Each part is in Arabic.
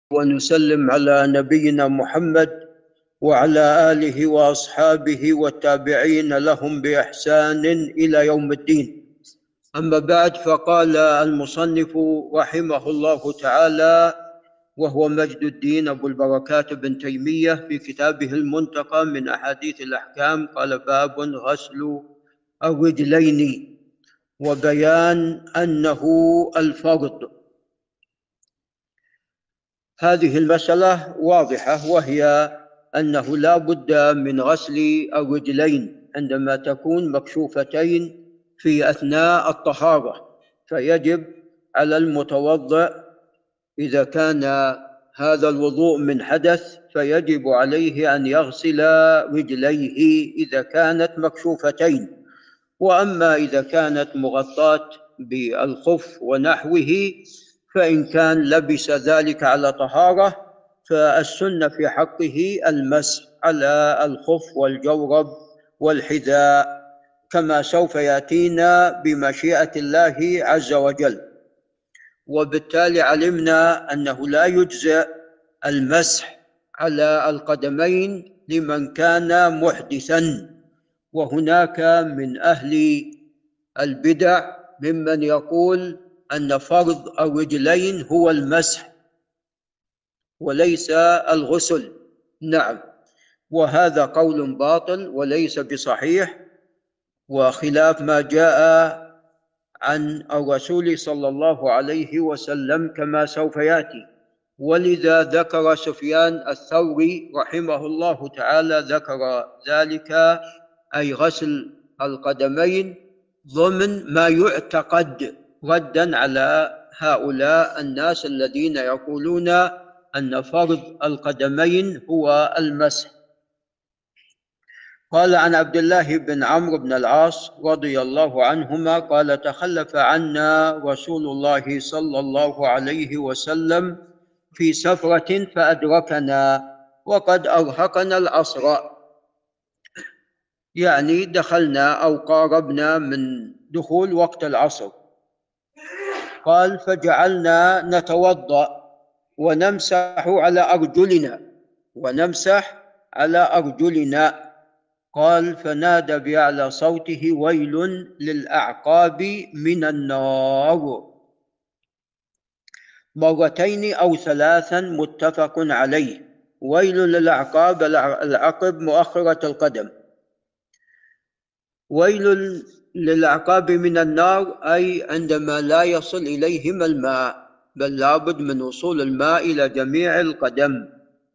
ونسلم على نبينا محمد وعلى آله وأصحابه والتابعين لهم بإحسان إلى يوم الدين. أما بعد، فقال المصنف رحمه الله تعالى، وهو مجد الدين أبو البركات بن تيمية، في كتابه المنتقى من أحاديث الأحكام، قال: باب غسل الرجلين وبيان أنه الفرض. هذه المسألة واضحة، وهي أنه لا بد من غسل الرجلين عندما تكون مكشوفتين في أثناء الطهارة، فيجب على المتوضئ إذا كان هذا الوضوء من حدث فيجب عليه أن يغسل رجليه إذا كانت مكشوفتين. وأما إذا كانت مغطاة بالخف ونحوه، فإن كان لبس ذلك على طهارة فالسنة في حقه المسح على الخف والجورب والحذاء، كما سوف يأتينا بمشيئة الله عز وجل. وبالتالي علمنا أنه لا يجزئ المسح على القدمين لمن كان محدثا. وهناك من أهل البدع ممن يقول أن فرض الرجلين هو المسح وليس الغسل. نعم، وهذا قول باطل وليس بصحيح، وخلاف ما جاء عن الرسول صلى الله عليه وسلم كما سوف يأتي. ولذا ذكر سفيان الثوري رحمه الله تعالى، ذكر ذلك أي غسل القدمين ضمن ما يعتقد، ردا على هؤلاء الناس الذين يقولون أن فرض القدمين هو المسح. قال: عن عبد الله بن عمرو بن العاص رضي الله عنهما قال: تخلف عنا رسول الله صلى الله عليه وسلم في سفرة فأدركنا وقد أرهقنا العصر، يعني دخلنا أو قاربنا من دخول وقت العصر. قال: فجعلنا نتوضأ ونمسح على أرجلنا. قال: فنادى بأعلى صوته: ويل للأعقاب من النار، مرتين أو ثلاثا، متفق عليه. ويل للأعقاب، العقب مؤخرة القدم. ويل للأعقاب من النار أي عندما لا يصل إليهم الماء، بل لابد من وصول الماء إلى جميع القدم.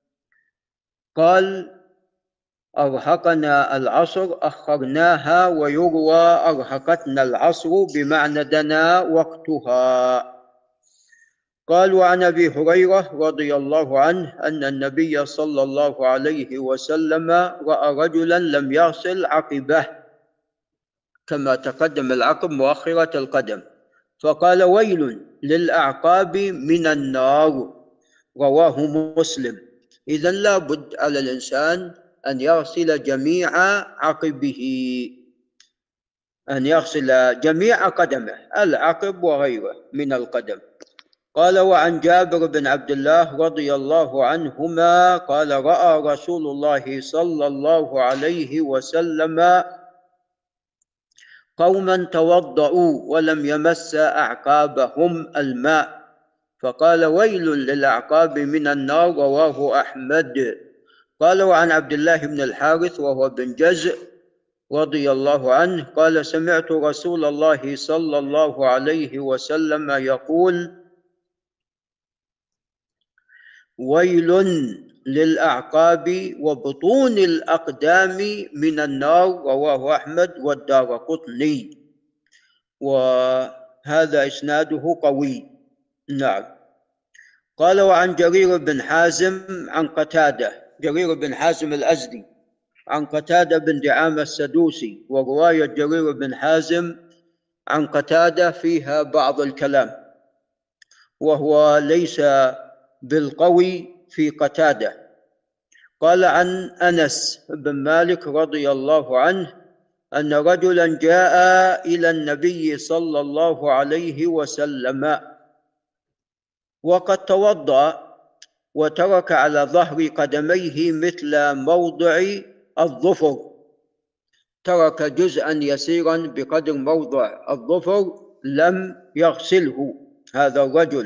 قال: أرهقنا العصر، أخرناها، ويروى أرهقتنا العصر بمعنى دنا وقتها. قال: وعن أبي هريرة رضي الله عنه أن النبي صلى الله عليه وسلم رأى رجلا لم يغسل عقبه، كما تقدم العقب مؤخرة القدم، فقال: ويل للأعقاب من النار، رواه مسلم. إذن لا بد على الإنسان أن يغسل جميع عقبه، أن يغسل جميع قدمه، العقب وغيره من القدم. قال: وعن جابر بن عبد الله رضي الله عنهما قال: رأى رسول الله صلى الله عليه وسلم قوما توضؤوا ولم يمس أعقابهم الماء، فقال: ويل للأعقاب من النار، رواه أحمد. قال: وعن عبد الله بن الحارث وهو بن جزء رضي الله عنه قال: سمعت رسول الله صلى الله عليه وسلم يقول: ويل للأعقاب وبطون الأقدام من النار، رواه أحمد والدارقطني، وهذا إسناده قوي. نعم. قال: وعن جرير بن حازم عن قتادة، جرير بن حازم الأزدي، عن قتادة بن دعامة السدوسي، ورواية جرير بن حازم عن قتادة فيها بعض الكلام، وهو ليس بالقوي في قتادة. قال: عن أنس بن مالك رضي الله عنه أن رجلا جاء إلى النبي صلى الله عليه وسلم وقد توضأ، وترك على ظهر قدميه مثل موضع الظفر، ترك جزءا يسيرا بقدر موضع الظفر لم يغسله هذا الرجل.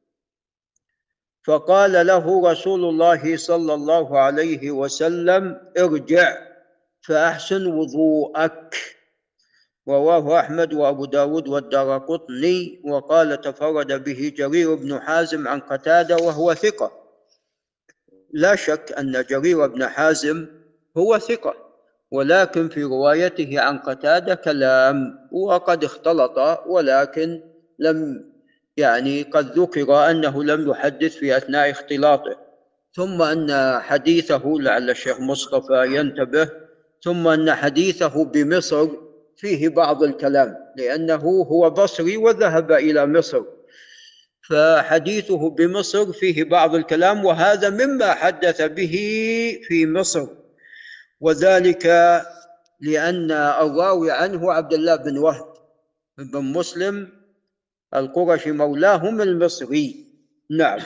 فقال له رسول الله صلى الله عليه وسلم: ارجع فأحسن وضوءك. رواه أحمد وأبو داود والدارقطني، وقال تفرد به جرير بن حازم عن قتادة وهو ثقة. لا شك أن جرير بن حازم هو ثقة، ولكن في روايته عن قتادة كلام، وقد اختلط، ولكن لم قد ذكر أنه لم يحدث في أثناء اختلاطه. ثم أن حديثه، لعل الشيخ مصطفى ينتبه، ثم أن حديثه بمصر فيه بعض الكلام، لأنه هو بصري وذهب إلى مصر، فحديثه بمصر فيه بعض الكلام، وهذا مما حدث به في مصر، وذلك لأن الراوي عنه عبد الله بن وهب بن مسلم القرشي مولاهم المصري. نعم.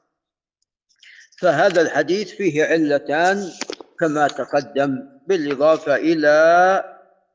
فهذا الحديث فيه علتان كما تقدم، بالإضافة إلى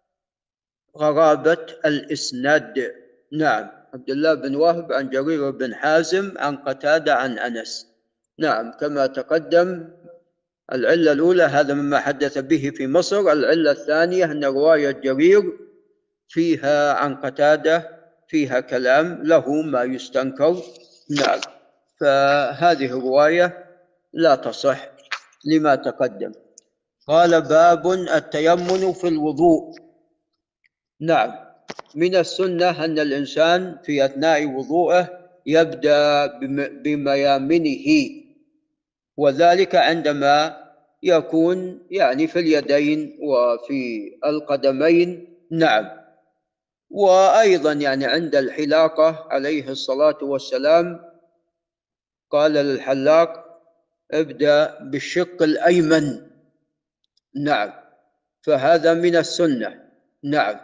غرابة الإسناد. نعم، عبد الله بن وهب عن جرير بن حازم عن قتادة عن أنس. نعم كما تقدم. العلة الأولى هذا مما حدث به في مصر. العلة الثانية أن رواية جرير فيها عن قتادة فيها كلام له ما يستنكر. نعم، فهذه الرواية لا تصح لما تقدم. قال: باب التيمم في الوضوء. نعم، من السنة أن الإنسان في أثناء وضوءه يبدأ بميامنه، وذلك عندما يكون في اليدين وفي القدمين. نعم، وأيضا عند الحلاقة عليه الصلاة والسلام قال للحلاق: ابدأ بالشق الأيمن. نعم، فهذا من السنة. نعم.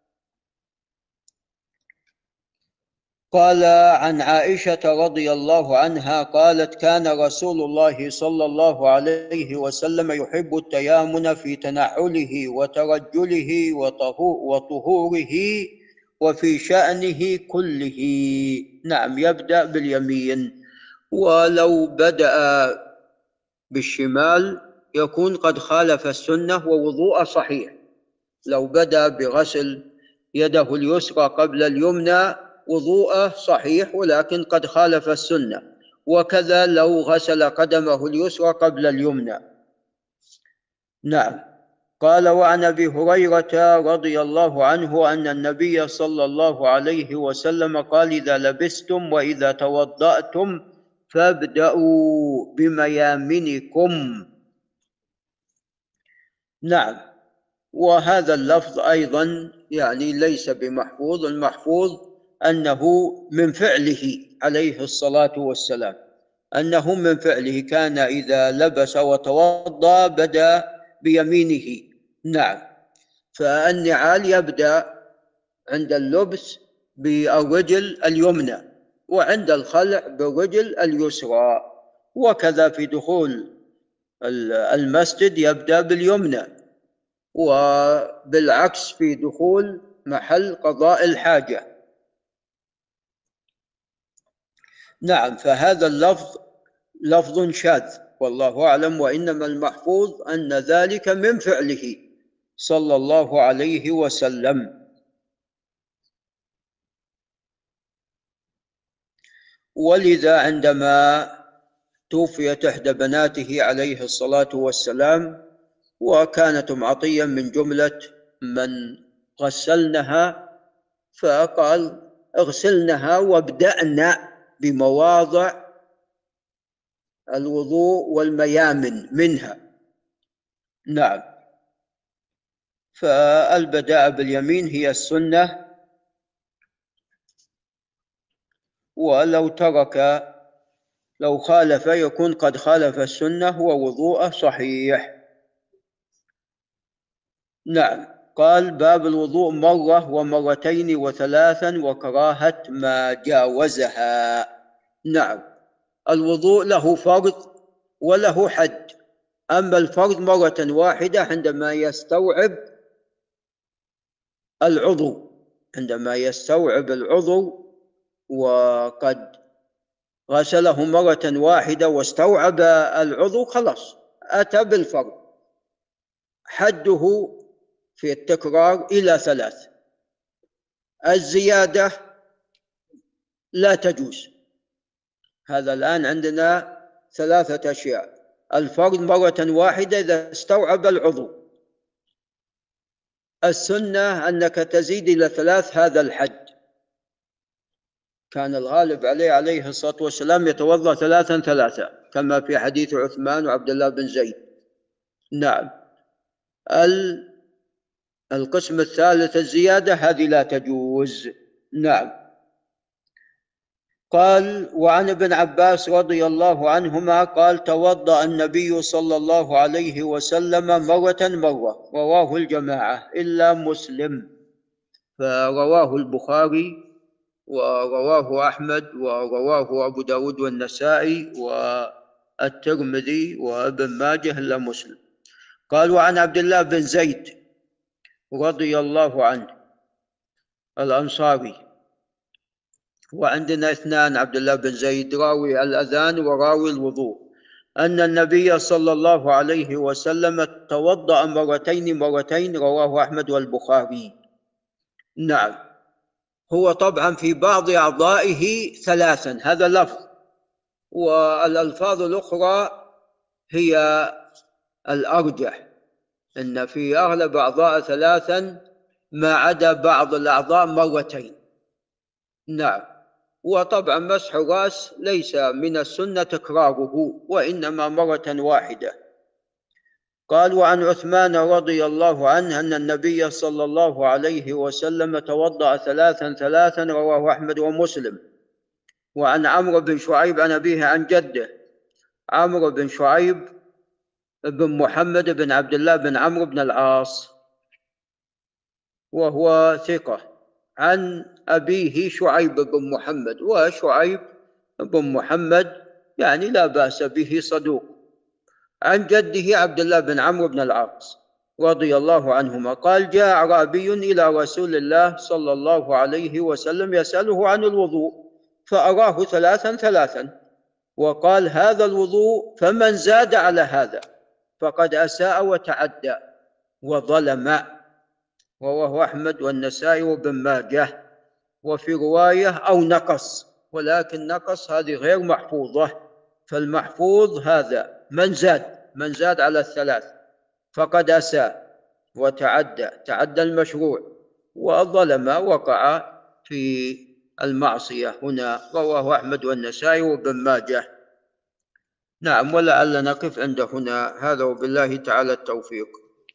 قال عن عائشة رضي الله عنها قالت: كان رسول الله صلى الله عليه وسلم يحب التيامن في تنعله وترجله وطهوره وفي شأنه كله. نعم، يبدأ باليمين، ولو بدأ بالشمال يكون قد خالف السنة ووضوء صحيح. لو بدأ بغسل يده اليسرى قبل اليمنى وضوءه صحيح، ولكن قد خالف السنة، وكذا لو غسل قدمه اليسرى قبل اليمنى. نعم. قال: وعن أبي هريرة رضي الله عنه أن النبي صلى الله عليه وسلم قال: إذا لبستم وإذا توضأتم فابدأوا بميامنكم. نعم، وهذا اللفظ أيضا ليس بمحفوظ. المحفوظ أنه من فعله عليه الصلاة والسلام، أنه من فعله كان إذا لبس وتوضأ بدأ بيمينه. نعم، فالنعال يبدأ عند اللبس بالرجل اليمنى، وعند الخلع بالرجل اليسرى، وكذا في دخول المسجد يبدأ باليمنى، وبالعكس في دخول محل قضاء الحاجة. نعم، فهذا اللفظ لفظ شاذ والله أعلم، وإنما المحفوظ أن ذلك من فعله صلى الله عليه وسلم. ولذا عندما توفيت إحدى بناته عليه الصلاة والسلام، وكانت عطية من جملة من غسلنها، فقال: اغسلنها وابدأنا بمواضع الوضوء والميامن منها. نعم، فالبداء باليمين هي السنة، ولو ترك لو خالف يكون قد خالف السنة ووضوءه صحيح. نعم. قال: باب الوضوء مرة ومرتين وثلاثا وكراهة ما جاوزها. نعم، الوضوء له فرض وله حد. أما الفرض مرة واحدة عندما يستوعب العضو، عندما يستوعب العضو وقد غسله مرة واحدة واستوعب العضو، خلاص أتى بالفرض. حده في التكرار إلى 3. الزيادة لا تجوز. هذا الآن عندنا 3 أشياء: الفرض مرة واحدة إذا استوعب العضو، السنة أنك تزيد إلى 3، هذا الحد. كان الغالب عليه الصلاة والسلام يتوضأ 3 كما في حديث عثمان وعبد الله بن زيد. نعم. القسم الثالث الزيادة، هذه لا تجوز. نعم. قال: وعن ابن عباس رضي الله عنهما قال: توضأ النبي صلى الله عليه وسلم مرة، رواه الجماعة إلا مسلم، فرواه البخاري ورواه أحمد ورواه أبو داود والنسائي والترمذي وابن ماجه إلا مسلم. قال: وعن عبد الله بن زيد رضي الله عنه الأنصاري، وعندنا 2 عبد الله بن زيد، راوي الأذان وراوي الوضوء، أن النبي صلى الله عليه وسلم توضأ مرتين، رواه أحمد والبخاري. نعم. هو طبعا في بعض أعضائه 3، هذا لفظ، والألفاظ الأخرى هي الأرجح، إن في أغلب أعضاء 3 ما عدا بعض الأعضاء 2. نعم. وطبعا مسح الرأس ليس من السنة تكراره، وإنما مرة واحدة. قال: وعن عثمان رضي الله عنه أن النبي صلى الله عليه وسلم توضأ 3 رواه أحمد ومسلم. وعن عمرو بن شعيب عن أبيه عن جده، عمرو بن شعيب بن محمد بن عبد الله بن عمرو بن العاص، وهو ثقة، عن أبيه شعيب بن محمد، وشعيب بن محمد يعني لا بأس به، صدوق، عن جده عبد الله بن عمرو بن العاص رضي الله عنهما قال: جاء أعرابي إلى رسول الله صلى الله عليه وسلم يسأله عن الوضوء، فأراه 3 وقال: هذا الوضوء، فمن زاد على هذا فقد أساء وتعدى وظلم. رواه أحمد والنسائي وابن ماجه. وفي رواية أو نقص، ولكن نقص هذه غير محفوظة، فالمحفوظ هذا من زاد على 3 فقد أساء تعدى المشروع، وظلم، وقع في المعصية هنا. رواه أحمد والنسائي وابن ماجه. نعم. ولعل نقف عند هنا، هذا وبالله تعالى التوفيق.